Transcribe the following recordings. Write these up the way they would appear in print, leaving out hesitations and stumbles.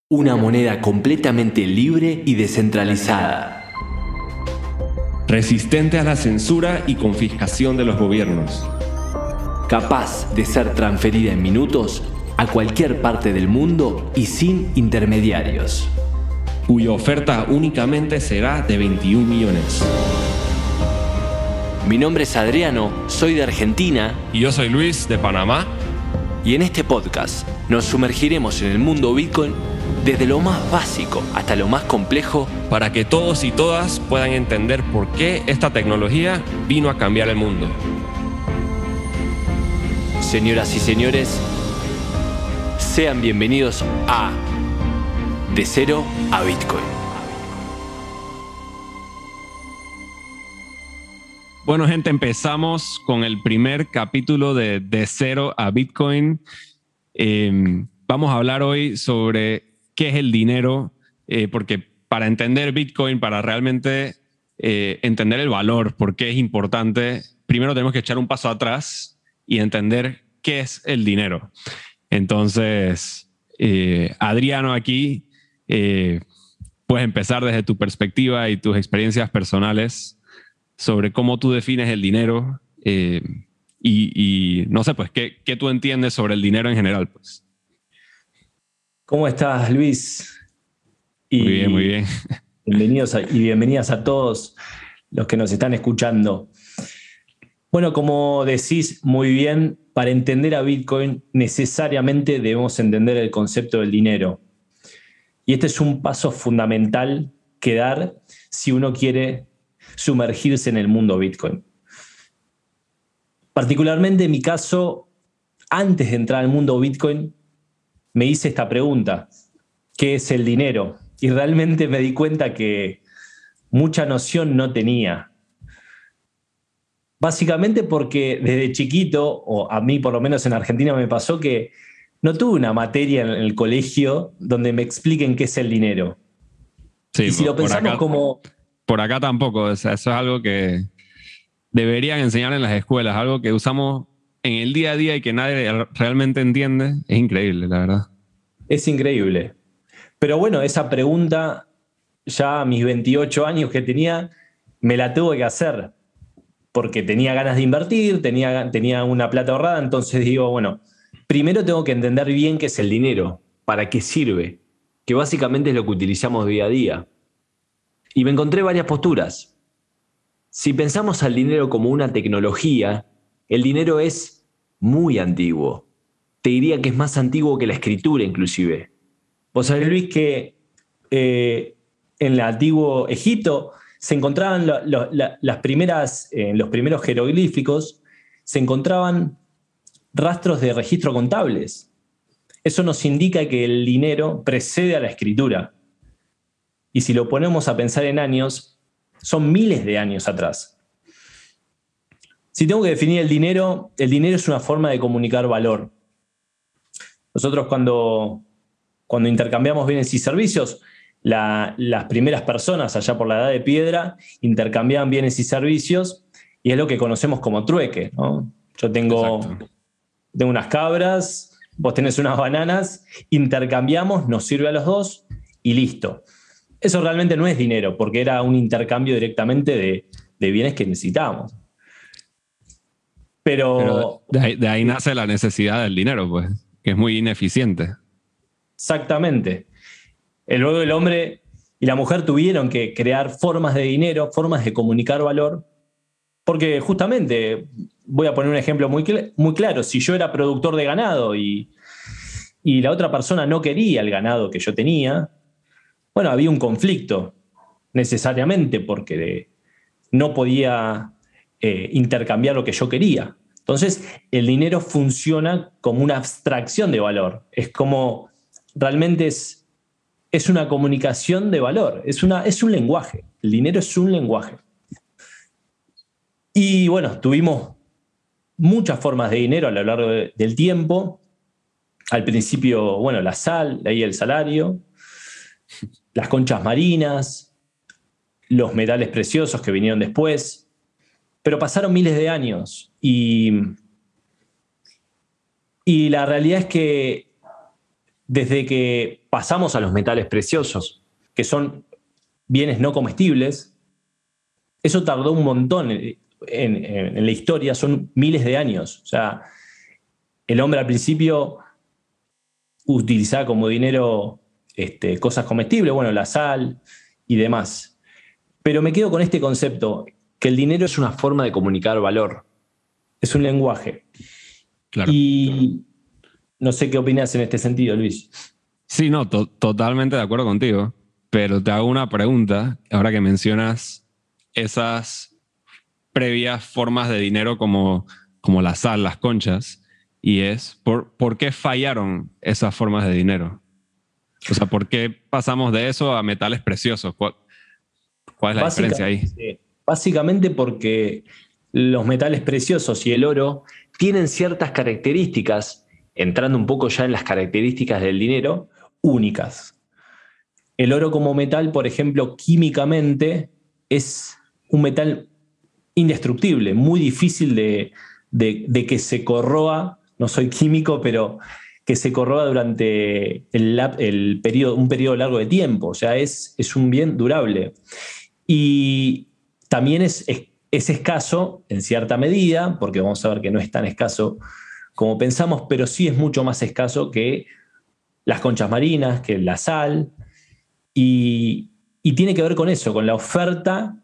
Una moneda completamente libre y descentralizada. Resistente a la censura y confiscación de los gobiernos. Capaz de ser transferida en minutos a cualquier parte del mundo y sin intermediarios. Cuya oferta únicamente será de 21 millones. Mi nombre es Adriano, soy de Argentina. Y yo soy Luis, de Panamá. Y en este podcast nos sumergiremos en el mundo Bitcoin desde lo más básico hasta lo más complejo, para que todos y todas puedan entender por qué esta tecnología vino a cambiar el mundo. Señoras y señores, sean bienvenidos a De Cero a Bitcoin. Bueno, gente, empezamos con el primer capítulo de Cero a Bitcoin. Vamos a hablar hoy sobre qué es el dinero, porque para entender Bitcoin, para realmente entender el valor, por qué es importante, primero tenemos que echar un paso atrás y entender qué es el dinero. Entonces, Adriano, aquí puedes empezar desde tu perspectiva y tus experiencias personales sobre cómo tú defines el dinero y no sé, pues, ¿qué tú entiendes sobre el dinero en general, pues? ¿Cómo estás, Luis? Muy bien, muy bien. Bienvenidos y bienvenidas a todos los que nos están escuchando. Bueno, como decís muy bien, para entender a Bitcoin necesariamente debemos entender el concepto del dinero. Y este es un paso fundamental que dar si uno quiere sumergirse en el mundo Bitcoin. Particularmente en mi caso, antes de entrar al mundo Bitcoin, me hice esta pregunta: ¿qué es el dinero? Y realmente me di cuenta que mucha noción no tenía. Básicamente porque desde chiquito, o a mí por lo menos en Argentina me pasó que no tuve una materia en el colegio donde me expliquen qué es el dinero. Sí, y si lo pensamos como... Por acá tampoco, o sea, eso es algo que deberían enseñar en las escuelas, algo que usamos en el día a día y que nadie realmente entiende. Es increíble, la verdad. Es increíble. Pero bueno, esa pregunta, ya a mis 28 años que tenía, me la tuve que hacer, porque tenía ganas de invertir, tenía una plata ahorrada, entonces digo, bueno, primero tengo que entender bien qué es el dinero, para qué sirve, que básicamente es lo que utilizamos día a día. Y me encontré varias posturas. Si pensamos al dinero como una tecnología, el dinero es muy antiguo. Te diría que es más antiguo que la escritura inclusive. Vos sabés, Luis, que en el antiguo Egipto se encontraban los primeros jeroglíficos, se encontraban rastros de registro contables. Eso nos indica que el dinero precede a la escritura. Y si lo ponemos a pensar en años, son miles de años atrás. Si tengo que definir el dinero es una forma de comunicar valor. Nosotros cuando intercambiamos bienes y servicios, las primeras personas allá por la Edad de Piedra intercambiaban bienes y servicios, y es lo que conocemos como trueque, ¿no? Yo tengo unas cabras, vos tenés unas bananas, intercambiamos, nos sirve a los dos y listo. Eso realmente no es dinero, porque era un intercambio directamente de bienes que necesitábamos. Pero de ahí nace la necesidad del dinero, pues, que es muy ineficiente. Exactamente. Luego el hombre y la mujer tuvieron que crear formas de dinero, formas de comunicar valor, porque justamente, voy a poner un ejemplo muy claro, si yo era productor de ganado y la otra persona no quería el ganado que yo tenía, bueno, había un conflicto necesariamente porque no podía intercambiar lo que yo quería. Entonces, el dinero funciona como una abstracción de valor. Es como, realmente es una comunicación de valor, es un lenguaje. El dinero es un lenguaje. Y bueno, tuvimos muchas formas de dinero a lo largo del tiempo. Al principio, bueno, la sal, de ahí el salario, las conchas marinas, los metales preciosos que vinieron después. Pero pasaron miles de años y la realidad es que desde que pasamos a los metales preciosos, que son bienes no comestibles, eso tardó un montón en la historia, son miles de años. O sea, el hombre al principio utilizaba como dinero cosas comestibles, bueno, la sal y demás. Pero me quedo con este concepto, que el dinero es una forma de comunicar valor, es un lenguaje. Claro. Y no sé qué opinas en este sentido, Luis. Sí, no, totalmente de acuerdo contigo, pero te hago una pregunta, ahora que mencionas esas previas formas de dinero como la sal, las conchas, y es, ¿por qué fallaron esas formas de dinero? O sea, ¿por qué pasamos de eso a metales preciosos? ¿Cuál es la diferencia ahí? Básicamente porque los metales preciosos y el oro tienen ciertas características, entrando un poco ya en las características del dinero, únicas. El oro como metal, por ejemplo, químicamente es un metal indestructible, muy difícil de que se corroa. No soy químico, pero que se corroa durante un periodo largo de tiempo. O sea, es un bien durable. Y también es escaso en cierta medida, porque vamos a ver que no es tan escaso como pensamos, pero sí es mucho más escaso que las conchas marinas, que la sal, y tiene que ver con eso, con la oferta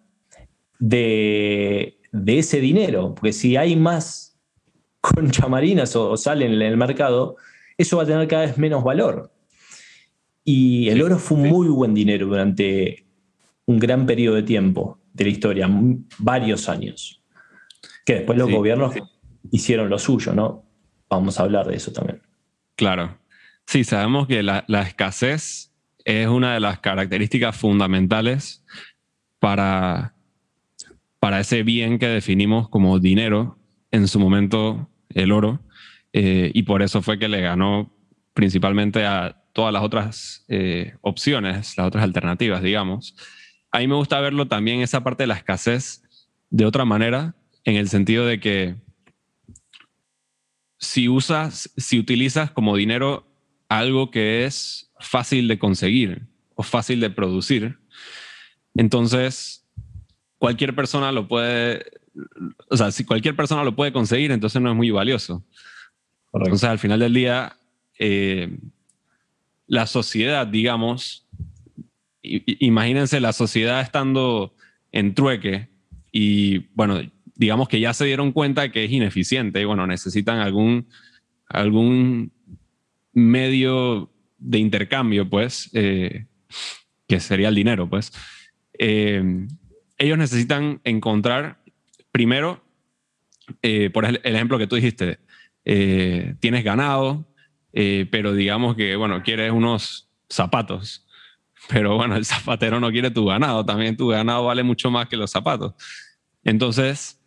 de ese dinero, porque si hay más conchas marinas o sal en el mercado, eso va a tener cada vez menos valor. Y el oro fue un muy buen dinero durante un gran periodo de tiempo de la historia, varios años, que después los gobiernos hicieron lo suyo, ¿no? Vamos a hablar de eso también. Claro. Sí, sabemos que la escasez es una de las características fundamentales para ese bien que definimos como dinero, en su momento el oro, y por eso fue que le ganó principalmente a todas las otras opciones, las otras alternativas, digamos. A mí me gusta verlo también esa parte de la escasez de otra manera, en el sentido de que si utilizas como dinero algo que es fácil de conseguir o fácil de producir, entonces cualquier persona lo puede, o sea, si cualquier persona lo puede conseguir, entonces no es muy valioso. Correcto. Entonces, al final del día, la sociedad, digamos, imagínense la sociedad estando en trueque y, bueno, digamos que ya se dieron cuenta que es ineficiente y, bueno, necesitan algún medio de intercambio, pues, que sería el dinero, pues. Ellos necesitan encontrar, primero, por el ejemplo que tú dijiste, tienes ganado, pero digamos que, bueno, quieres unos zapatos, pero bueno, el zapatero no quiere tu ganado, también tu ganado vale mucho más que los zapatos. Entonces,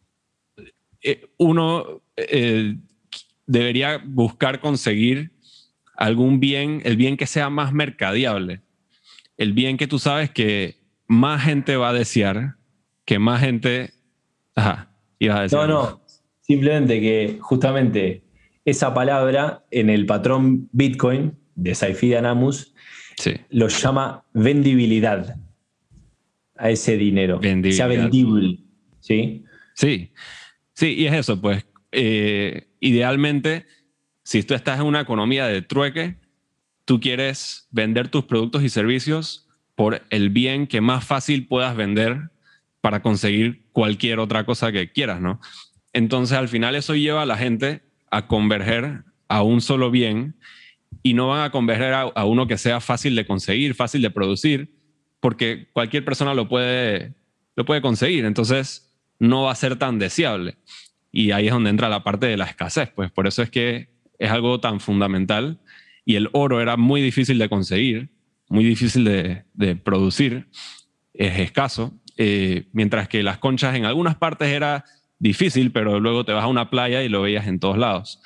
uno debería buscar conseguir algún bien, el bien que sea más mercadeable, el bien que tú sabes que más gente va a desear, que más gente... Ajá, ibas a decir. No, simplemente que justamente esa palabra en el patrón Bitcoin de Saifi Anamus lo llama vendibilidad a ese dinero, que sea vendible, ¿sí? Sí, y es eso, pues. Idealmente, si tú estás en una economía de trueque, tú quieres vender tus productos y servicios por el bien que más fácil puedas vender para conseguir cualquier otra cosa que quieras, ¿no? Entonces, al final eso lleva a la gente a converger a un solo bien y no van a converger a uno que sea fácil de conseguir, fácil de producir, porque cualquier persona lo puede conseguir. Entonces, no va a ser tan deseable. Y ahí es donde entra la parte de la escasez, pues por eso es que es algo tan fundamental. Y el oro era muy difícil de conseguir, muy difícil de producir, es escaso, mientras que las conchas en algunas partes era difícil, pero luego te vas a una playa y lo veías en todos lados.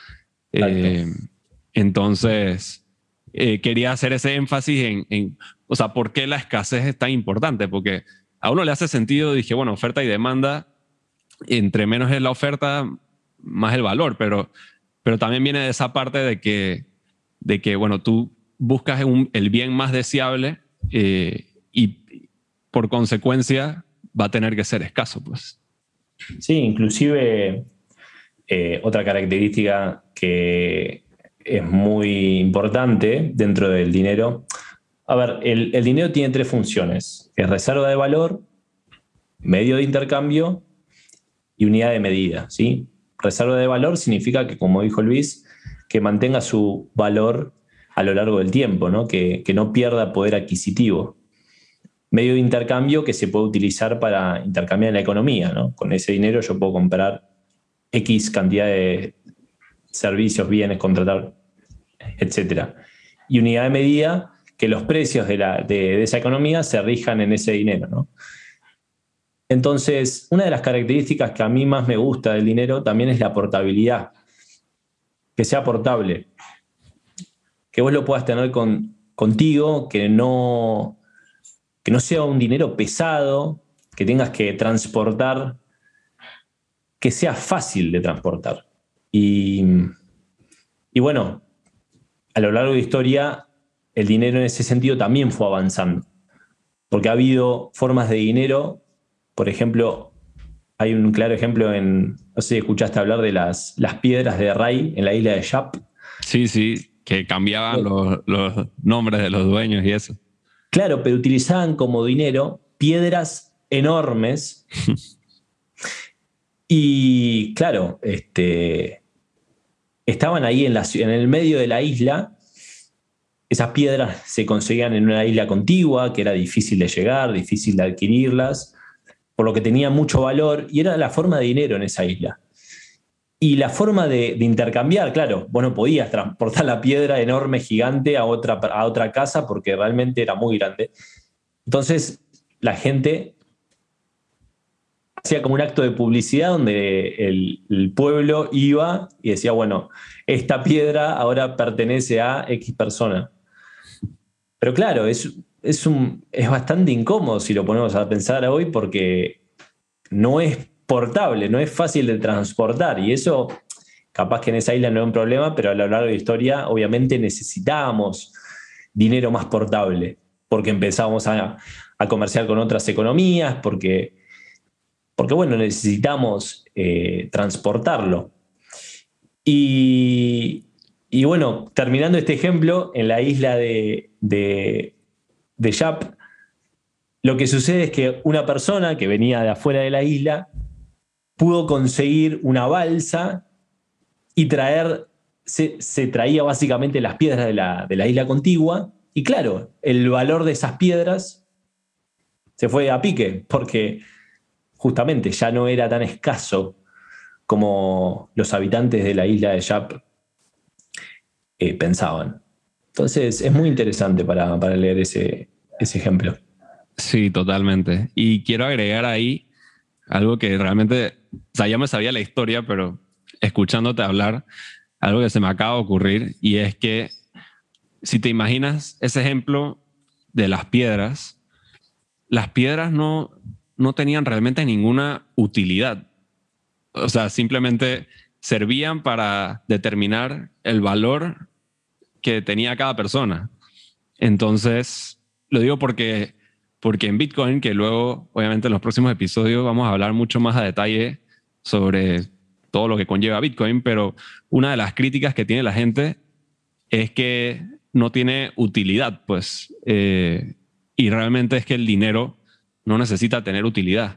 Entonces, quería hacer ese énfasis en, o sea, ¿por qué la escasez es tan importante? Porque a uno le hace sentido, dije, bueno, oferta y demanda, entre menos es la oferta, más el valor, pero también viene de esa parte de que de que, bueno, tú buscas el bien más deseable y por consecuencia va a tener que ser escaso, pues. Sí, inclusive otra característica que es muy importante dentro del dinero. A ver, el dinero tiene tres funciones. Es reserva de valor, medio de intercambio y unidad de medida, ¿sí? Reserva de valor significa que, como dijo Luis, que mantenga su valor a lo largo del tiempo, ¿no? Que no pierda poder adquisitivo. Medio de intercambio que se puede utilizar para intercambiar en la economía, ¿no? Con ese dinero yo puedo comprar X cantidad de servicios, bienes, contratar, etc. Y unidad de medida, que los precios de esa economía se rijan en ese dinero, ¿no? Entonces, una de las características que a mí más me gusta del dinero también es la portabilidad. Que sea portable. Que vos lo puedas tener contigo, que no sea un dinero pesado, que tengas que transportar, que sea fácil de transportar. Y bueno, a lo largo de la historia, el dinero en ese sentido también fue avanzando. Porque ha habido formas de dinero, por ejemplo, hay un claro ejemplo no sé si escuchaste hablar de las piedras de Ray en la isla de Yap. Sí, que cambiaban los nombres de los dueños y eso. Claro, pero utilizaban como dinero piedras enormes. Y claro, estaban ahí en el medio de la isla. Esas piedras se conseguían en una isla contigua, que era difícil de llegar, difícil de adquirirlas, por lo que tenía mucho valor, y era la forma de dinero en esa isla. Y la forma de intercambiar, claro, vos no podías transportar la piedra enorme, gigante, a otra casa, porque realmente era muy grande. Entonces, la gente hacía como un acto de publicidad donde el pueblo iba y decía, bueno, esta piedra ahora pertenece a X persona. Pero claro, es bastante incómodo si lo ponemos a pensar hoy, porque no es portable, no es fácil de transportar, y eso capaz que en esa isla no es un problema, pero a lo largo de la historia obviamente necesitábamos dinero más portable, porque empezamos a comerciar con otras economías, porque bueno, necesitamos transportarlo. Y bueno, terminando este ejemplo, en la isla de Yap, lo que sucede es que una persona que venía de afuera de la isla pudo conseguir una balsa y se traía básicamente las piedras de la isla contigua, y claro, el valor de esas piedras se fue a pique, porque justamente ya no era tan escaso como los habitantes de la isla de Yap pensaban. Entonces es muy interesante para leer ese ejemplo. Sí, totalmente. Y quiero agregar ahí algo que realmente, o sea, ya me sabía la historia, pero escuchándote hablar, algo que se me acaba de ocurrir, y es que si te imaginas ese ejemplo de las piedras no tenían realmente ninguna utilidad. O sea, simplemente servían para determinar el valor que tenía cada persona. Entonces, lo digo porque en Bitcoin, que luego, obviamente, en los próximos episodios vamos a hablar mucho más a detalle sobre todo lo que conlleva Bitcoin, pero una de las críticas que tiene la gente es que no tiene utilidad, pues, y realmente es que el dinero no necesita tener utilidad.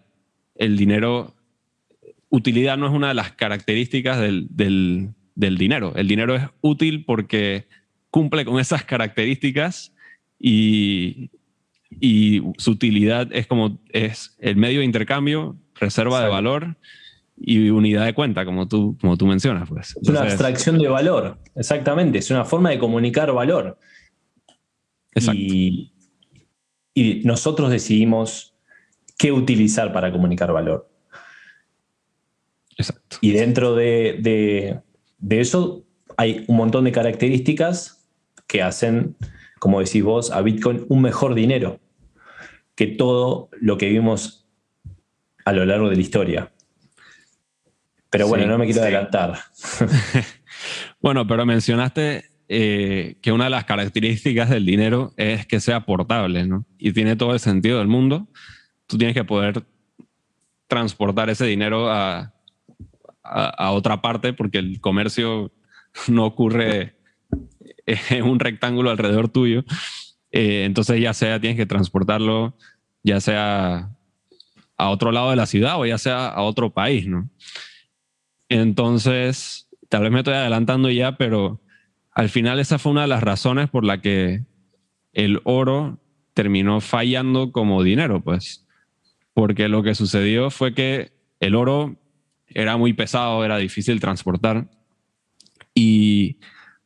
Utilidad no es una de las características del dinero. El dinero es útil porque cumple con esas características, y su utilidad es el medio de intercambio, reserva de valor y unidad de cuenta, como tú mencionas, pues. Es una abstracción de valor, exactamente. Es una forma de comunicar valor. Exacto. Y nosotros decidimos qué utilizar para comunicar valor. Exacto. Y dentro de eso hay un montón de características que hacen, como decís vos, a Bitcoin un mejor dinero que todo lo que vimos a lo largo de la historia. Pero bueno, no me quiero adelantar. Bueno, pero mencionaste que una de las características del dinero es que sea portable, ¿no? Y tiene todo el sentido del mundo. Tú tienes que poder transportar ese dinero a otra parte, porque el comercio no ocurre en un rectángulo alrededor tuyo. Entonces ya sea tienes que transportarlo ya sea a otro lado de la ciudad o ya sea a otro país, ¿no? Entonces, tal vez me estoy adelantando ya, pero al final esa fue una de las razones por la que el oro terminó fallando como dinero, pues. Porque lo que sucedió fue que el oro era muy pesado, era difícil transportar y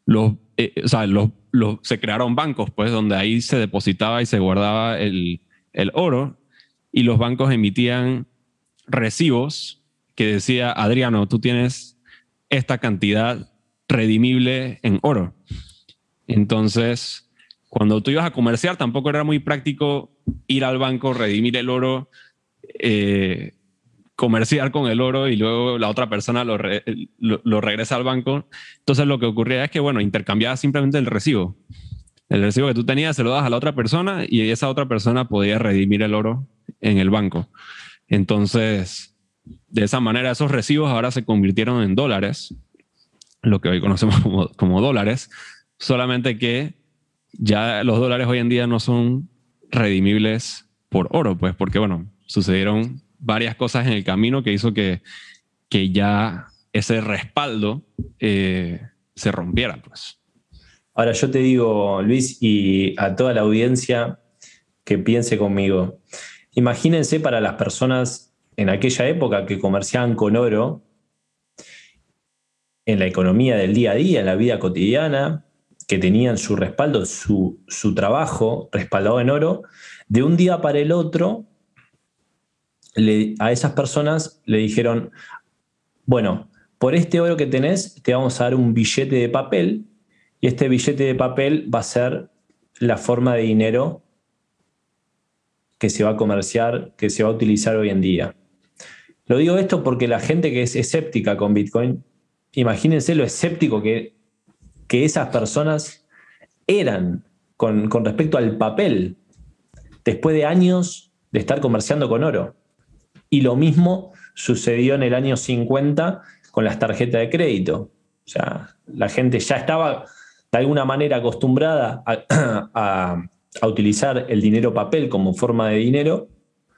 se crearon bancos, pues, donde ahí se depositaba y se guardaba el oro, y los bancos emitían recibos que decía: Adriano, tú tienes esta cantidad redimible en oro. Entonces, cuando tú ibas a comerciar, tampoco era muy práctico ir al banco, redimir el oro, comerciar con el oro y luego la otra persona lo regresa al banco. Entonces lo que ocurría es que, bueno, intercambiabas simplemente el recibo. El recibo que tú tenías se lo das a la otra persona y esa otra persona podía redimir el oro en el banco. Entonces, de esa manera, esos recibos ahora se convirtieron en dólares, lo que hoy conocemos como dólares, solamente que ya los dólares hoy en día no son redimibles por oro, pues, porque, bueno, sucedieron varias cosas en el camino que hizo que ya ese respaldo se rompiera, pues. Ahora yo te digo, Luis, y a toda la audiencia que piense conmigo, imagínense para las personas en aquella época que comerciaban con oro, en la economía del día a día, en la vida cotidiana, que tenían su respaldo, su trabajo respaldado en oro, de un día para el otro, a esas personas le dijeron: bueno, por este oro que tenés, te vamos a dar un billete de papel, y este billete de papel va a ser la forma de dinero que se va a comerciar, que se va a utilizar hoy en día. Lo digo esto porque la gente que es escéptica con Bitcoin, imagínense lo escéptico que esas personas eran con respecto al papel, después de años de estar comerciando con oro. Y lo mismo sucedió en el año 50 con las tarjetas de crédito. O sea, la gente ya estaba de alguna manera acostumbrada a utilizar el dinero papel como forma de dinero,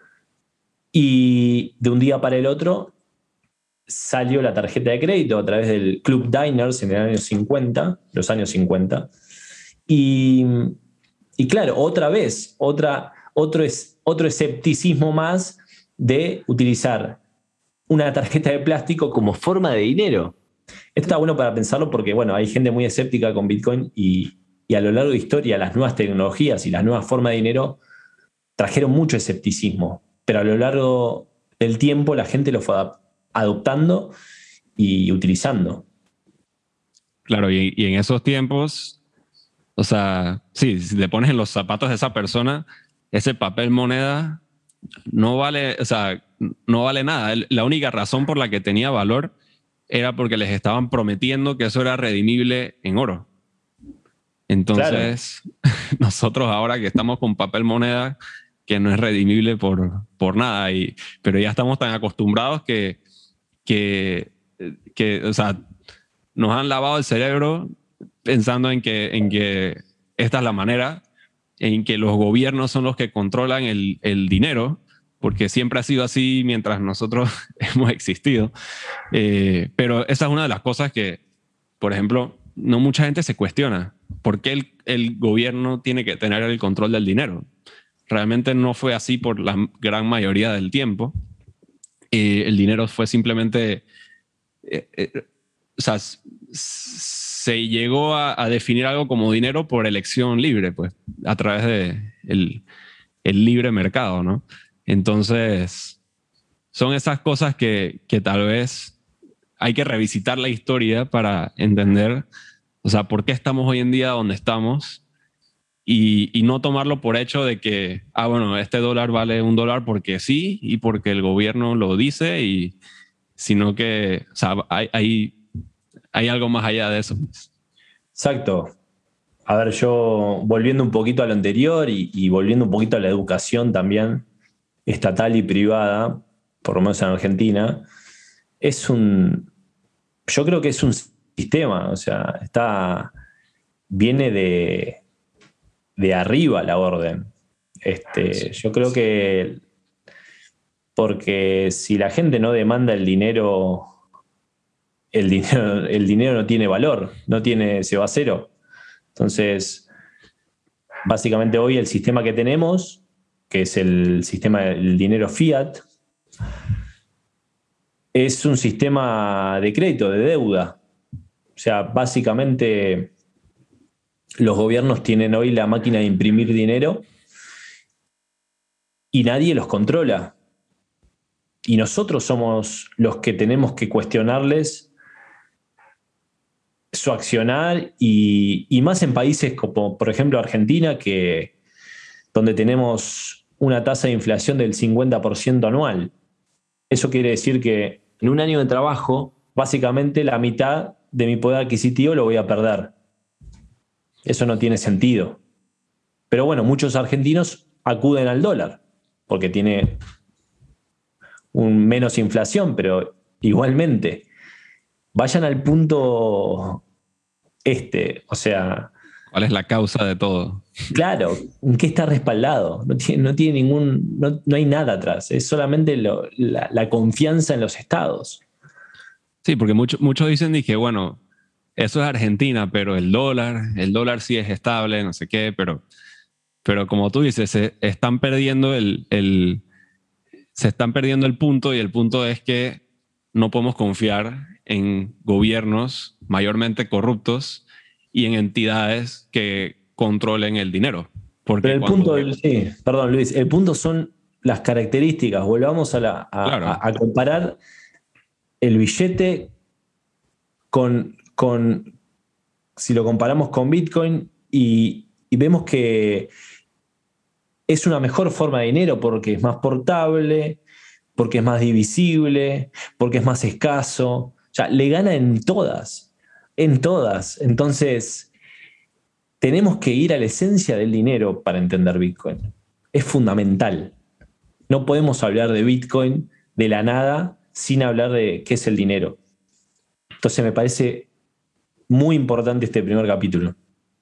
y de un día para el otro salió la tarjeta de crédito a través del Club Diners en el año 50, los años 50. Y claro, otra vez, otro escepticismo más de utilizar una tarjeta de plástico como forma de dinero. Esto está bueno para pensarlo porque, bueno, hay gente muy escéptica con Bitcoin y a lo largo de la historia las nuevas tecnologías y las nuevas formas de dinero trajeron mucho escepticismo, pero a lo largo del tiempo la gente lo fue adoptando y utilizando. Claro, y en esos tiempos, o sea, sí, si te pones en los zapatos de esa persona, ese papel moneda no vale, o sea, no vale nada. La única razón por la que tenía valor era porque les estaban prometiendo que eso era redimible en oro. Entonces, claro, nosotros ahora que estamos con papel moneda que no es redimible por nada, pero ya estamos tan acostumbrados que o sea, nos han lavado el cerebro pensando en que esta es la manera, en que los gobiernos son los que controlan el dinero, porque siempre ha sido así mientras nosotros hemos existido. Pero esa es una de las cosas que, por ejemplo, no mucha gente se cuestiona. ¿Por qué el gobierno tiene que tener el control del dinero? Realmente no fue así por la gran mayoría del tiempo. El dinero fue simplemente... o sea, se llegó a definir algo como dinero por elección libre, pues, a través de el libre mercado, ¿no? Entonces, son esas cosas que tal vez hay que revisitar la historia para entender, o sea, por qué estamos hoy en día donde estamos y no tomarlo por hecho de que, bueno, este dólar vale $1 porque sí y porque el gobierno lo dice, sino que, o sea, hay algo más allá de eso. Exacto. A ver, yo volviendo un poquito a lo anterior y volviendo un poquito a la educación también, estatal y privada, por lo menos en Argentina, es un, yo creo que es un sistema, o sea, viene de arriba la orden. Yo creo que porque si la gente no demanda el dinero no tiene valor, se va a cero. Entonces, básicamente hoy el sistema que tenemos, que es el sistema del dinero fiat, es un sistema de crédito, de deuda. O sea, básicamente los gobiernos tienen hoy la máquina de imprimir dinero y nadie los controla. Y nosotros somos los que tenemos que cuestionarles su accionar y más en países como, por ejemplo, Argentina, donde tenemos una tasa de inflación del 50% anual. Eso quiere decir que en un año de trabajo, básicamente la mitad de mi poder adquisitivo lo voy a perder. Eso no tiene sentido. Pero bueno, muchos argentinos acuden al dólar porque tiene menos inflación, pero igualmente, vayan al punto o sea... ¿Cuál es la causa de todo? Claro, ¿en qué está respaldado? No tiene no hay nada atrás, es solamente la confianza en los estados. Sí, porque muchos dicen, dije, bueno, eso es Argentina, pero el dólar sí es estable, no sé qué, pero como tú dices, se están perdiendo el punto, y el punto es que no podemos confiar en gobiernos mayormente corruptos y en entidades que controlen el dinero. Porque pero el punto, sí, perdón Luis, el punto son las características. Volvamos Claro. a comparar el billete si lo comparamos con Bitcoin y vemos que es una mejor forma de dinero porque es más portable, porque es más divisible, porque es más escaso. O sea, le gana en todas, en todas. Entonces, tenemos que ir a la esencia del dinero para entender Bitcoin. Es fundamental. No podemos hablar de Bitcoin de la nada sin hablar de qué es el dinero. Entonces, me parece muy importante este primer capítulo.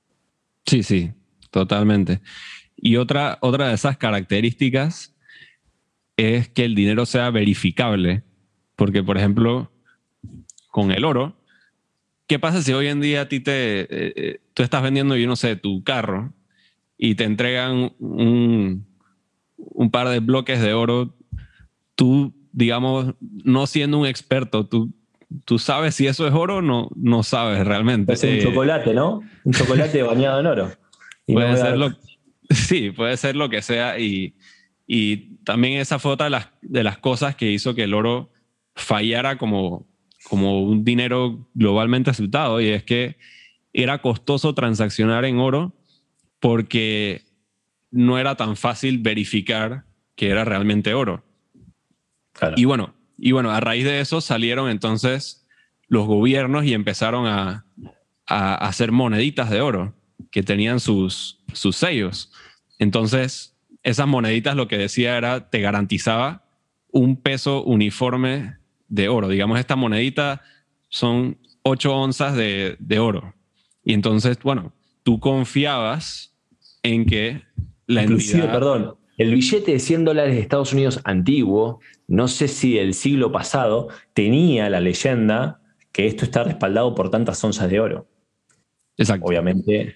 Sí, totalmente. Y otra de esas características es que el dinero sea verificable. Porque, por ejemplo, con el oro, ¿qué pasa si hoy en día a ti tú estás vendiendo, yo no sé, tu carro y te entregan un par de bloques de oro? Tú, digamos, no siendo un experto, tú sabes si eso es oro o no sabes realmente. Es un chocolate, ¿no? Un chocolate bañado en oro. Puede ser sí, puede ser lo que sea. Y también esa fue otra de las cosas que hizo que el oro fallara como un dinero globalmente aceptado, y es que era costoso transaccionar en oro porque no era tan fácil verificar que era realmente oro. Claro. Y bueno, a raíz de eso salieron entonces los gobiernos y empezaron a hacer moneditas de oro que tenían sus sellos. Entonces, esas moneditas lo que decía era, te garantizaba un peso uniforme de oro. Digamos, esta monedita son 8 onzas de oro. Y entonces, bueno, tú confiabas en que la Inclusive, entidad... perdón, el billete de $100 de Estados Unidos antiguo, no sé si del siglo pasado, tenía la leyenda que esto está respaldado por tantas onzas de oro. Exacto. Obviamente,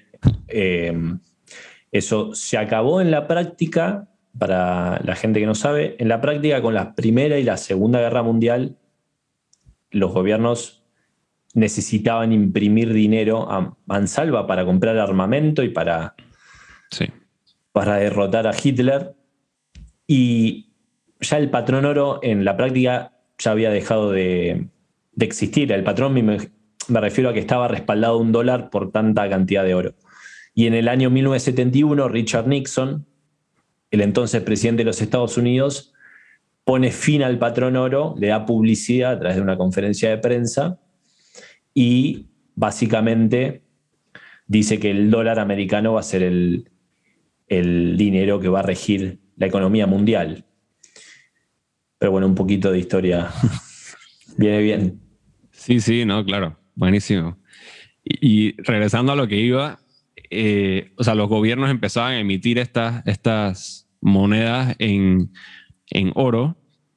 eso se acabó en la práctica, para la gente que no sabe, en la práctica con la Primera y la Segunda Guerra Mundial, los gobiernos necesitaban imprimir dinero a mansalva para comprar armamento y para derrotar a Hitler. Y ya el patrón oro en la práctica ya había dejado de existir. El patrón me refiero a que estaba respaldado $1 por tanta cantidad de oro. Y en el año 1971, Richard Nixon, el entonces presidente de los Estados Unidos, pone fin al patrón oro, le da publicidad a través de una conferencia de prensa y básicamente dice que el dólar americano va a ser el dinero que va a regir la economía mundial. Pero bueno, un poquito de historia viene bien. Sí, no, claro, buenísimo. Y regresando a lo que iba, o sea, los gobiernos empezaban a emitir estas monedas en oro,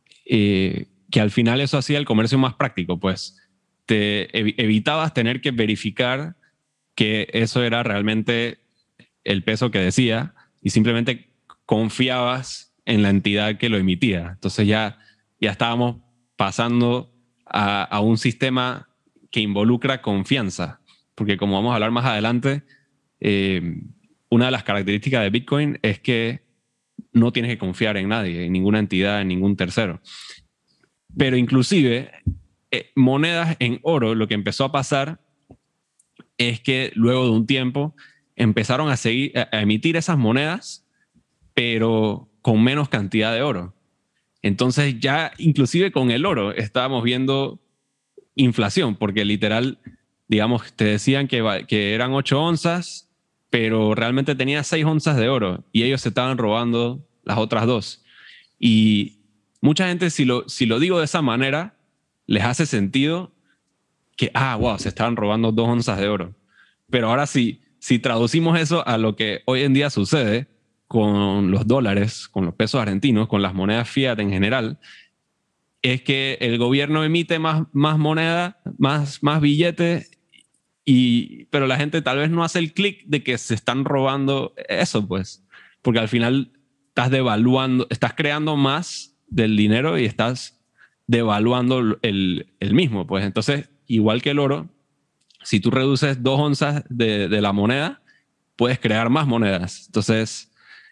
que al final eso hacía el comercio más práctico, pues evitabas tener que verificar que eso era realmente el peso que decía y simplemente confiabas en la entidad que lo emitía. Entonces ya estábamos pasando a un sistema que involucra confianza, porque como vamos a hablar más adelante, una de las características de Bitcoin es que no tienes que confiar en nadie, en ninguna entidad, en ningún tercero. Pero inclusive monedas en oro, lo que empezó a pasar es que luego de un tiempo empezaron a emitir esas monedas, pero con menos cantidad de oro. Entonces ya inclusive con el oro estábamos viendo inflación, porque literal, digamos, te decían que eran 8 onzas, pero realmente tenía 6 onzas de oro y ellos se estaban robando las otras 2. Y mucha gente, si lo digo de esa manera, les hace sentido que, wow, se estaban robando 2 onzas de oro. Pero ahora si traducimos eso a lo que hoy en día sucede con los dólares, con los pesos argentinos, con las monedas fiat en general, es que el gobierno emite más moneda, más billetes, pero la gente tal vez no hace el clic de que se están robando eso, pues. Porque al final estás devaluando, estás creando más del dinero y estás devaluando el mismo, pues. Entonces, igual que el oro, si tú reduces 2 onzas de la moneda, puedes crear más monedas. Entonces,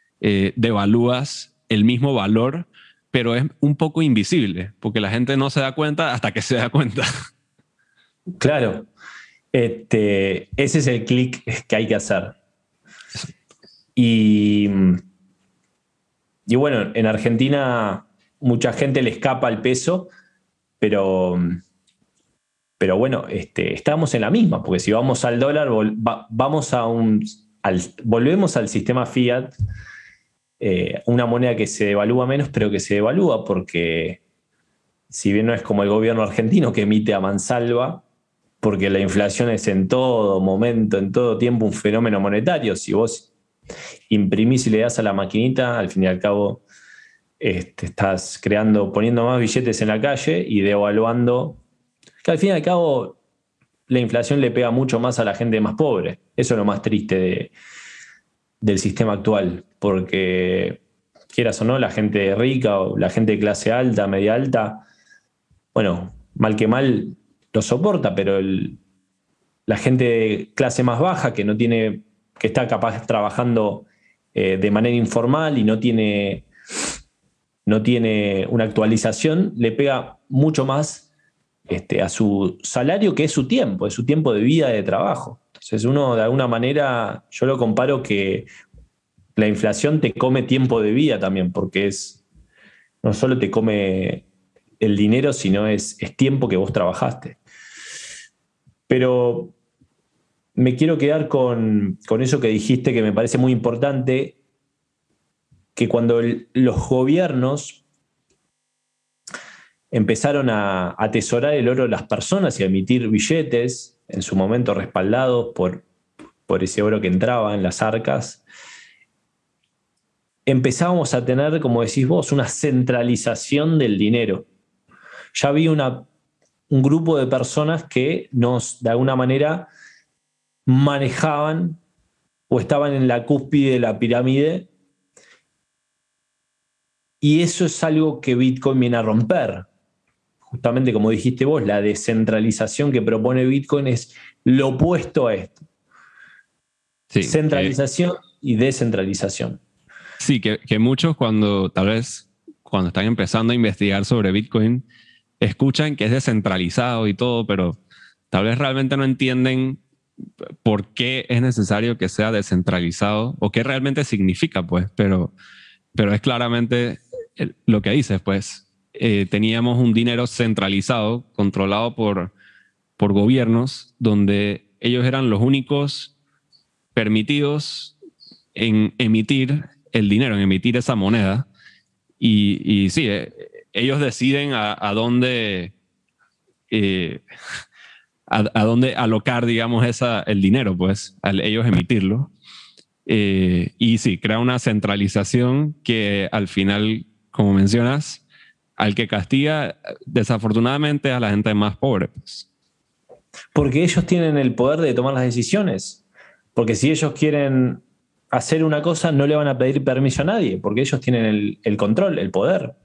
devalúas el mismo valor, pero es un poco invisible, porque la gente no se da cuenta hasta que se da cuenta. Claro. Ese es el clic que hay que hacer. Y bueno, en Argentina mucha gente le escapa el peso, pero bueno, estamos en la misma, porque si vamos al dólar, volvemos al sistema fiat, una moneda que se devalúa menos, pero que se devalúa porque, si bien no es como el gobierno argentino que emite a mansalva, porque la inflación es en todo momento, en todo tiempo un fenómeno monetario. Si vos imprimís y le das a la maquinita, al fin y al cabo estás poniendo más billetes en la calle y devaluando, que al fin y al cabo la inflación le pega mucho más a la gente más pobre. Eso es lo más triste del sistema actual, porque quieras o no, la gente rica o la gente de clase alta, media alta, bueno, mal que mal lo soporta, pero la gente de clase más baja que está capaz trabajando de manera informal y no tiene una actualización, le pega mucho más a su salario, que es su tiempo de vida, de trabajo. Entonces uno, de alguna manera, yo lo comparo que la inflación te come tiempo de vida también, porque no solo te come el dinero, sino es tiempo que vos trabajaste. Pero me quiero quedar con eso que dijiste, que me parece muy importante, que cuando los gobiernos empezaron a atesorar el oro de las personas y a emitir billetes, en su momento respaldados por ese oro que entraba en las arcas, empezábamos a tener, como decís vos, una centralización del dinero. Ya había un grupo de personas que de alguna manera, manejaban o estaban en la cúspide de la pirámide, y eso es algo que Bitcoin viene a romper. Justamente como dijiste vos, la descentralización que propone Bitcoin es lo opuesto a esto. Sí, centralización y descentralización. Sí, que muchos cuando están empezando a investigar sobre Bitcoin, escuchan que es descentralizado y todo, pero tal vez realmente no entienden por qué es necesario que sea descentralizado o qué realmente significa, pues. Pero es claramente lo que dices, pues. Teníamos un dinero centralizado, controlado por gobiernos, donde ellos eran los únicos permitidos en emitir el dinero, en emitir esa moneda. Y sí, ellos deciden a dónde a dónde alocar, digamos, el dinero, pues, al ellos emitirlo. Y sí, crea una centralización que al final, como mencionas, al que castiga desafortunadamente a la gente más pobre, pues. Porque ellos tienen el poder de tomar las decisiones. Porque si ellos quieren hacer una cosa, no le van a pedir permiso a nadie, porque ellos tienen el control, el poder.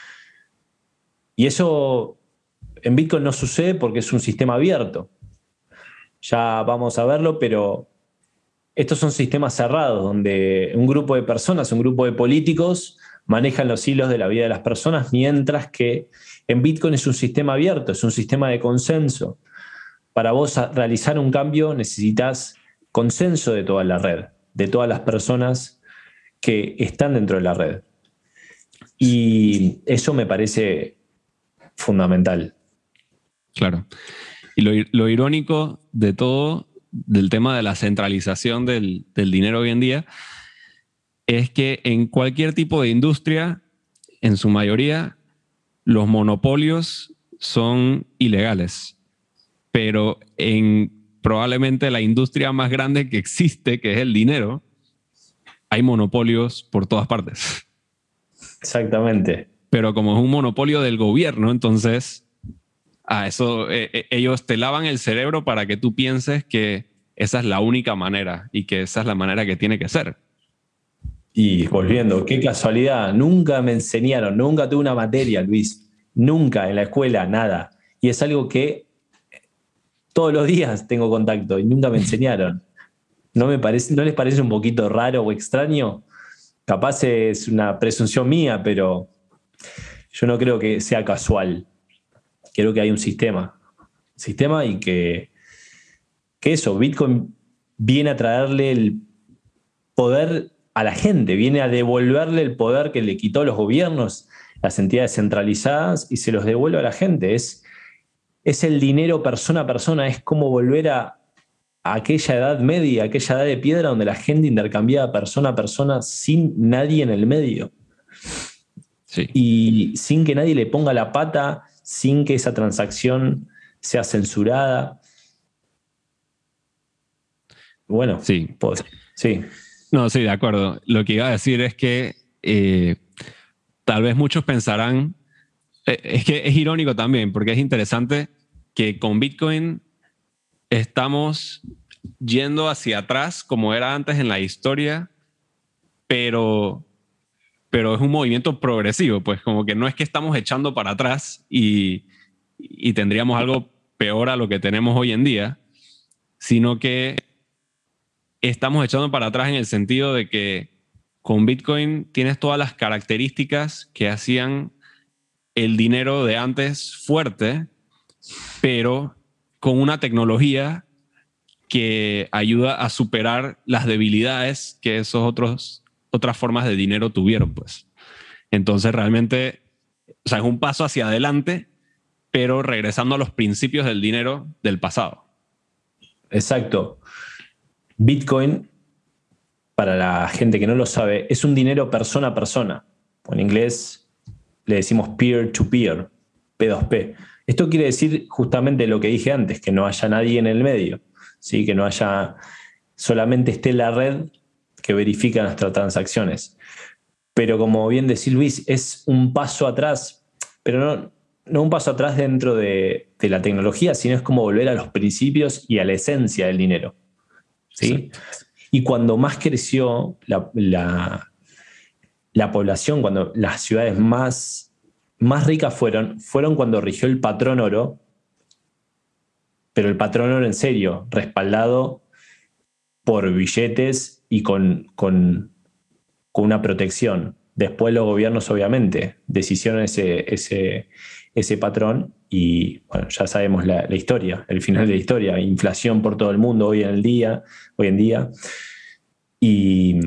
Y eso en Bitcoin no sucede porque es un sistema abierto. Ya vamos a verlo, pero estos son sistemas cerrados, donde un grupo de personas, un grupo de políticos manejan los hilos de la vida de las personas, mientras que en Bitcoin es un sistema abierto, es un sistema de consenso. Para vos realizar un cambio necesitas consenso de toda la red, de todas las personas que están dentro de la red. Y eso me parece fundamental. Claro. Y lo irónico de todo, del tema de la centralización del dinero hoy en día, es que en cualquier tipo de industria, en su mayoría, los monopolios son ilegales. Pero en probablemente la industria más grande que existe, que es el dinero, hay monopolios por todas partes. Exactamente. Pero como es un monopolio del gobierno, entonces ellos te lavan el cerebro para que tú pienses que esa es la única manera y que esa es la manera que tiene que ser. Y volviendo, qué casualidad, nunca me enseñaron, nunca tuve una materia, Luis, nunca en la escuela, nada. Y es algo que todos los días tengo contacto y nunca me enseñaron. ¿No les parece un poquito raro o extraño? Capaz es una presunción mía, pero yo no creo que sea casual. Creo que hay un sistema y que eso, Bitcoin viene a traerle el poder a la gente, viene a devolverle el poder que le quitó los gobiernos, las entidades centralizadas, y se los devuelve a la gente. Es el dinero persona a persona, es como volver a aquella edad media, aquella edad de piedra donde la gente intercambiaba persona a persona sin nadie en el medio. Sí. Y sin que nadie le ponga la pata, sin que esa transacción sea censurada. Bueno, sí. Pues, sí. No, sí, de acuerdo. Lo que iba a decir es que tal vez muchos pensarán, es que es irónico también, porque es interesante que con Bitcoin estamos yendo hacia atrás como era antes en la historia, pero es un movimiento progresivo, pues como que no es que estamos echando para atrás y tendríamos algo peor a lo que tenemos hoy en día, sino que estamos echando para atrás en el sentido de que con Bitcoin tienes todas las características que hacían el dinero de antes fuerte, pero con una tecnología que ayuda a superar las debilidades que otras formas de dinero tuvieron, pues. Entonces realmente, o sea, es un paso hacia adelante, pero regresando a los principios del dinero del pasado. Exacto. Bitcoin, para la gente que no lo sabe, es un dinero persona a persona. En inglés le decimos peer-to-peer, P2P. Esto quiere decir justamente lo que dije antes, que no haya nadie en el medio, ¿sí? Que no haya, solamente esté la red que verifica nuestras transacciones. Pero como bien decía Luis, es un paso atrás, pero no un paso atrás dentro de la tecnología, sino es como volver a los principios y a la esencia del dinero. ¿Sí? Y cuando más creció la población, cuando las ciudades más ricas fueron cuando rigió el patrón oro, pero el patrón oro en serio, respaldado por billetes y con una protección. Después los gobiernos obviamente deshicieron ese patrón y bueno, ya sabemos la historia, el final de la historia, inflación por todo el mundo hoy en día. Y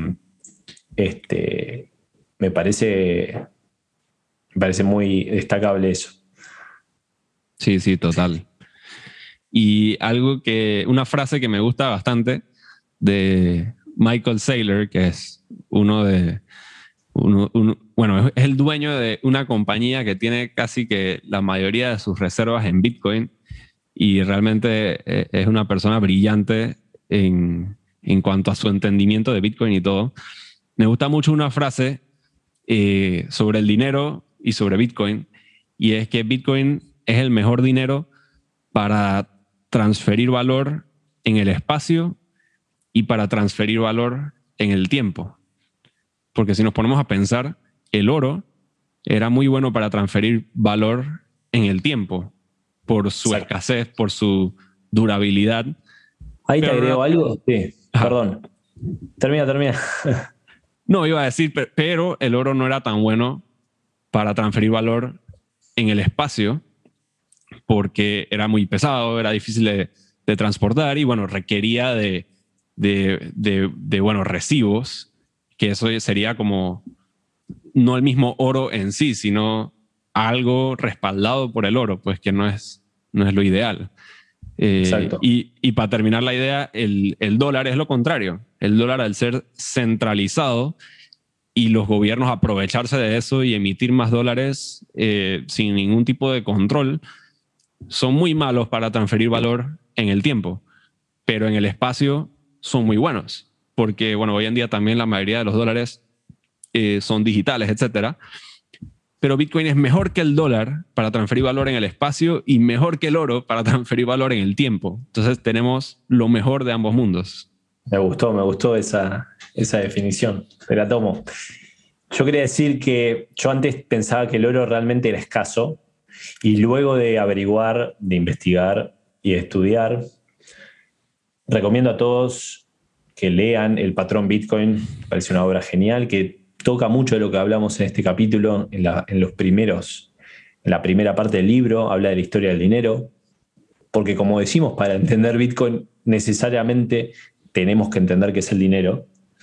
me parece muy destacable eso. Sí, total. Y una frase que me gusta bastante de Michael Saylor, que es bueno, es el dueño de una compañía que tiene casi que la mayoría de sus reservas en Bitcoin y realmente es una persona brillante en cuanto a su entendimiento de Bitcoin y todo. Me gusta mucho una frase sobre el dinero y sobre Bitcoin, y es que Bitcoin es el mejor dinero para transferir valor en el espacio y para transferir valor en el tiempo. Porque si nos ponemos a pensar, el oro era muy bueno para transferir valor en el tiempo, por su escasez, por su durabilidad. Ahí te agrego algo. Sí, Ajá. perdón. Termina. No, iba a decir, pero el oro no era tan bueno para transferir valor en el espacio porque era muy pesado, era difícil de transportar y bueno, requería de buenos recibos, que eso sería como no el mismo oro en sí, sino algo respaldado por el oro, pues que no es lo ideal. Y para terminar la idea, el dólar es lo contrario. El dólar, al ser centralizado y los gobiernos aprovecharse de eso y emitir más dólares sin ningún tipo de control, son muy malos para transferir valor en el tiempo, pero en el espacio son muy buenos, porque bueno, hoy en día también la mayoría de los dólares son digitales, etcétera. Pero Bitcoin es mejor que el dólar para transferir valor en el espacio y mejor que el oro para transferir valor en el tiempo. Entonces tenemos lo mejor de ambos mundos. Me gustó esa definición. Te la tomo. Yo quería decir que yo antes pensaba que el oro realmente era escaso y luego de averiguar, de investigar y de estudiar, recomiendo a todos que lean El Patrón Bitcoin. Me parece una obra genial que toca mucho de lo que hablamos en este capítulo, en la primera parte del libro, habla de la historia del dinero, porque como decimos, para entender Bitcoin necesariamente tenemos que entender qué es el dinero.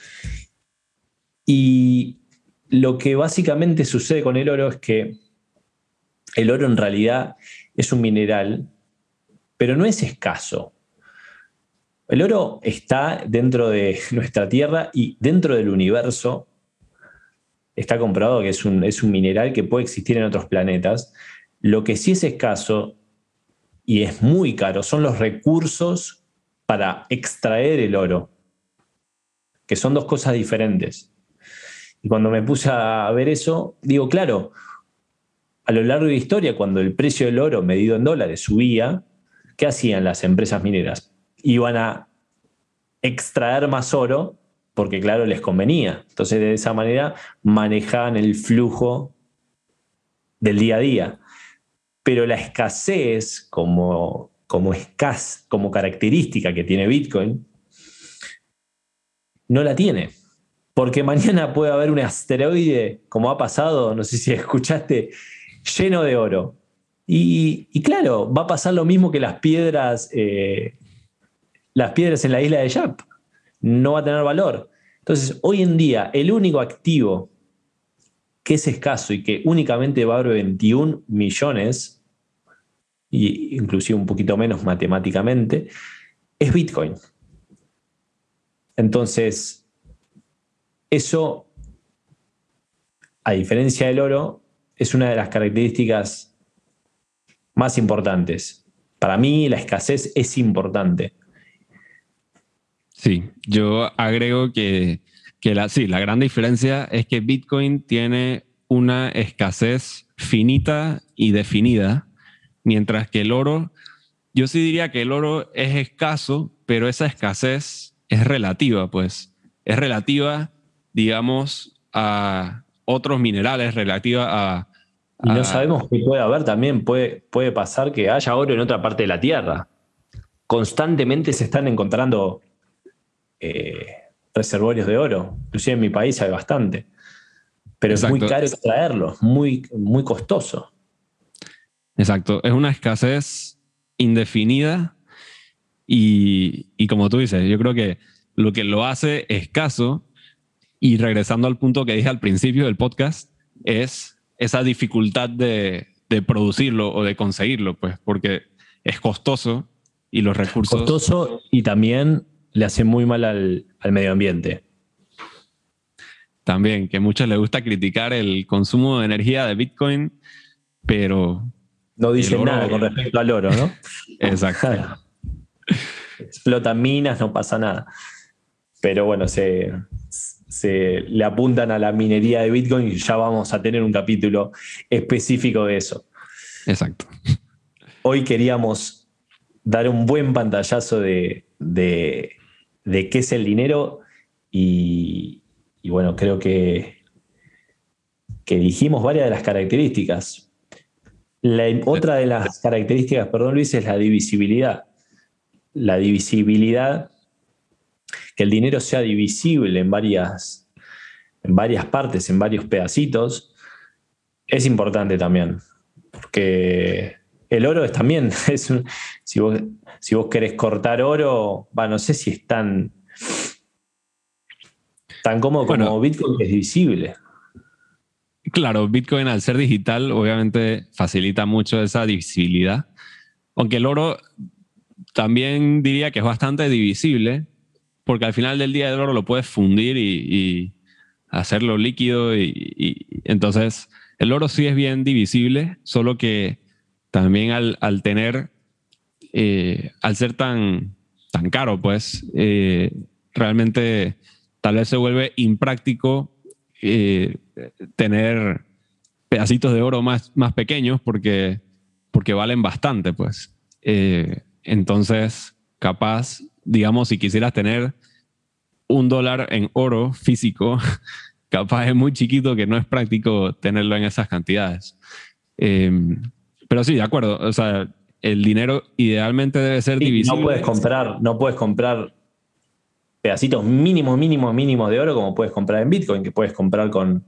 Y lo que básicamente sucede con el oro es que el oro en realidad es un mineral, pero no es escaso. El oro está dentro de nuestra Tierra y dentro del universo. Está comprobado que es un mineral que puede existir en otros planetas. Lo que sí es escaso y es muy caro son los recursos para extraer el oro, que son dos cosas diferentes. Y cuando me puse a ver eso, digo, claro, a lo largo de la historia, cuando el precio del oro medido en dólares subía, ¿qué hacían las empresas mineras? Iban a extraer más oro porque, claro, les convenía. Entonces, de esa manera manejaban el flujo del día a día. Pero la escasez como característica que tiene Bitcoin, no la tiene. Porque mañana puede haber un asteroide, como ha pasado, no sé si escuchaste, lleno de oro. Y claro, va a pasar lo mismo que las piedras en la isla de Yap. No va a tener valor. Entonces, hoy en día, el único activo que es escaso y que únicamente vale 21 millones, y inclusive un poquito menos matemáticamente, es Bitcoin. Entonces, eso, a diferencia del oro, es una de las características más importantes. Para mí, la escasez es importante. Sí, yo agrego que la gran diferencia es que Bitcoin tiene una escasez finita y definida, mientras que el oro, yo sí diría que el oro es escaso, pero esa escasez es relativa, pues. Es relativa, digamos, a otros minerales, relativa y no sabemos qué puede haber también. Puede pasar que haya oro en otra parte de la Tierra. Constantemente se están encontrando reservorios de oro. Inclusive en mi país hay bastante. Pero exacto, es muy caro extraerlo, muy, muy costoso. Exacto, es una escasez indefinida y como tú dices, yo creo que lo que lo hace escaso, y regresando al punto que dije al principio del podcast, es esa dificultad de producirlo o de conseguirlo, pues, porque es costoso y los recursos... Costoso y también le hace muy mal al medio ambiente. También, que a muchos les gusta criticar el consumo de energía de Bitcoin, pero no dicen nada con respecto al oro, ¿no? Exacto. Explotan minas, no pasa nada. Pero bueno, se le apuntan a la minería de Bitcoin y ya vamos a tener un capítulo específico de eso. Exacto. Hoy queríamos dar un buen pantallazo de qué es el dinero y bueno, creo que dijimos varias de las características. Otra de las características, perdón Luis, es la divisibilidad. La divisibilidad, que el dinero sea divisible en varias partes, en varios pedacitos, es importante también. Porque el oro es también, si vos querés cortar oro, no sé si es tan cómodo como Bitcoin, que es divisible. Claro, Bitcoin al ser digital obviamente facilita mucho esa divisibilidad, aunque el oro también diría que es bastante divisible, porque al final del día el oro lo puedes fundir y hacerlo líquido y entonces el oro sí es bien divisible, solo que también al tener, al ser tan caro, pues realmente tal vez se vuelve impráctico tener pedacitos de oro más pequeños porque valen bastante, pues. Entonces, capaz, digamos, si quisieras tener $1 en oro físico, capaz es muy chiquito que no es práctico tenerlo en esas cantidades. Pero sí, de acuerdo. O sea, el dinero idealmente debe ser divisible. No puedes comprar pedacitos mínimos de oro como puedes comprar en Bitcoin, que puedes comprar con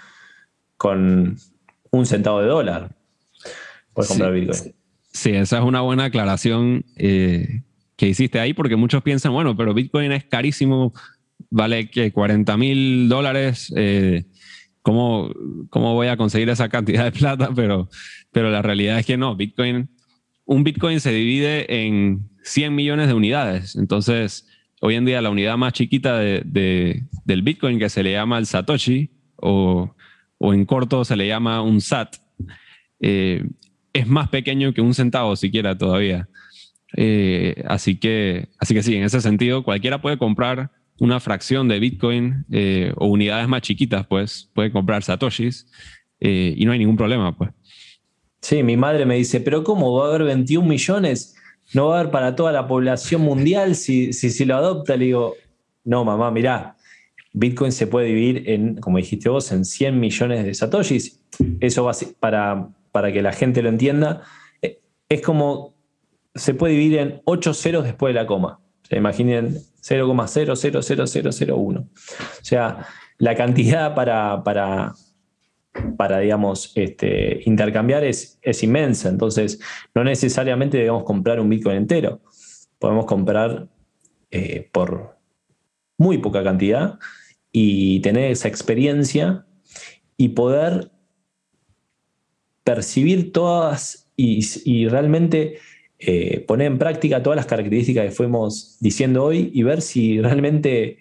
$1 centavo. Puedes comprar Bitcoin. Sí, esa es una buena aclaración que hiciste ahí, porque muchos piensan, bueno, pero Bitcoin es carísimo, vale que $40,000. ¿Cómo voy a conseguir esa cantidad de plata? Pero la realidad es que no. Un Bitcoin se divide en 100 millones de unidades. Entonces, hoy en día la unidad más chiquita del Bitcoin, que se le llama el Satoshi, o en corto se le llama un SAT, es más pequeño que $1 centavo siquiera todavía. Así que sí, en ese sentido, cualquiera puede comprar una fracción de Bitcoin o unidades más chiquitas, pues puede comprar Satoshis y no hay ningún problema, pues. Sí, mi madre me dice, pero ¿cómo va a haber 21 millones? ¿No va a haber para toda la población mundial si lo adopta? Le digo, no, mamá, mirá, Bitcoin se puede dividir en, como dijiste vos, en 100 millones de Satoshis. Eso va para que la gente lo entienda. Es como, se puede dividir en 8 ceros después de la coma. O sea, imaginen 0,000001. O sea, la cantidad para digamos, intercambiar es inmensa. Entonces, no necesariamente debemos comprar un Bitcoin entero. Podemos comprar por muy poca cantidad y tener esa experiencia y poder percibir todas y realmente poner en práctica todas las características que fuimos diciendo hoy y ver si realmente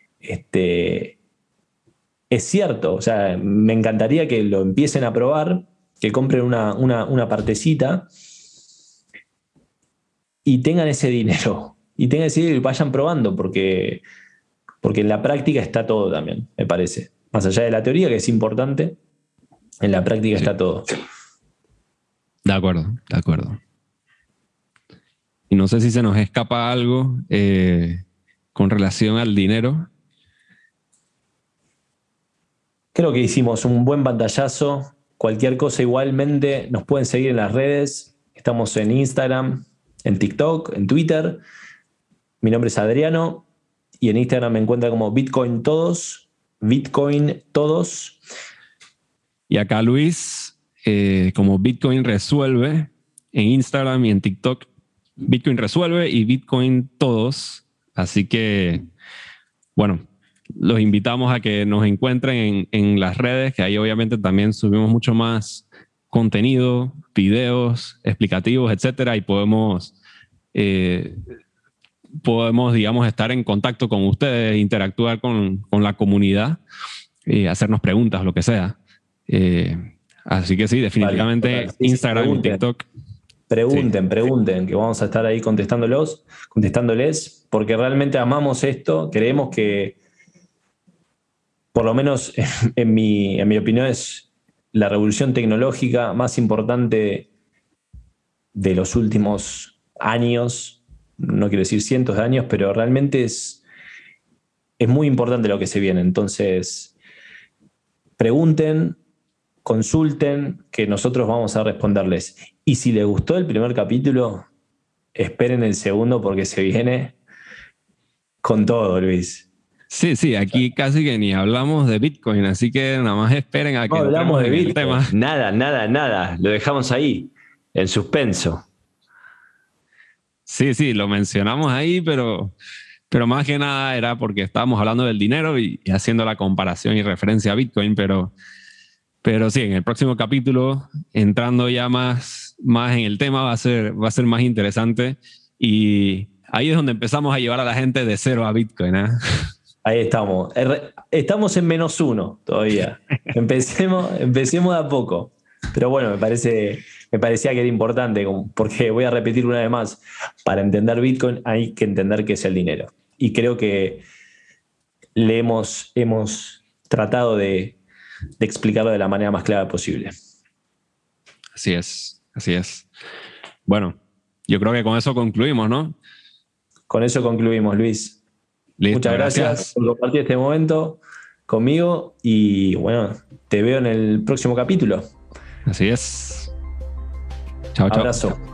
es cierto. O sea, me encantaría que lo empiecen a probar, que compren una partecita y tengan ese dinero. Y tengan ese dinero y vayan probando, porque en la práctica está todo también, me parece. Más allá de la teoría, que es importante, en la práctica está todo. De acuerdo. Y no sé si se nos escapa algo con relación al dinero. Creo que hicimos un buen pantallazo. Cualquier cosa igualmente nos pueden seguir en las redes. Estamos en Instagram, en TikTok, en Twitter. Mi nombre es Adriano y en Instagram me encuentra como Bitcoin Todos. Y acá Luis, como Bitcoin Resuelve, en Instagram y en TikTok, Bitcoin Resuelve y Bitcoin Todos. Así que, bueno, los invitamos a que nos encuentren en las redes, que ahí obviamente también subimos mucho más contenido, videos explicativos, etcétera, y podemos podemos, digamos, estar en contacto con ustedes, interactuar con la comunidad y hacernos preguntas, lo que sea. Así que sí, definitivamente Vale, sí, Instagram y pregunten. TikTok. Pregunten, que vamos a estar ahí contestándoles, porque realmente amamos esto, creemos que, por lo menos en mi opinión, es la revolución tecnológica más importante de los últimos años, no quiero decir cientos de años, pero realmente es muy importante lo que se viene. Entonces, pregunten, consulten, que nosotros vamos a responderles. Y si les gustó el primer capítulo, esperen el segundo porque se viene con todo, Luis. Sí, aquí casi que ni hablamos de Bitcoin, así que nada más esperen a que No hablamos entremos de en el Bitcoin. tema. Nada. Lo dejamos ahí, en suspenso. Sí, lo mencionamos ahí, pero más que nada era porque estábamos hablando del dinero y haciendo la comparación y referencia a Bitcoin, pero sí, en el próximo capítulo, entrando ya más en el tema, va a ser más interesante, y ahí es donde empezamos a llevar a la gente de cero a Bitcoin, ¿eh? Ahí estamos. Estamos en -1 todavía. Empecemos de a poco. Pero bueno, me parecía que era importante, porque voy a repetir una vez más, para entender Bitcoin hay que entender qué es el dinero. Y creo que le hemos tratado de explicarlo de la manera más clara posible. Así es. Bueno, yo creo que con eso concluimos, ¿no? Con eso concluimos, Luis. Listo, Muchas gracias por compartir este momento conmigo y bueno, te veo en el próximo capítulo. Así es. Chao. Abrazo.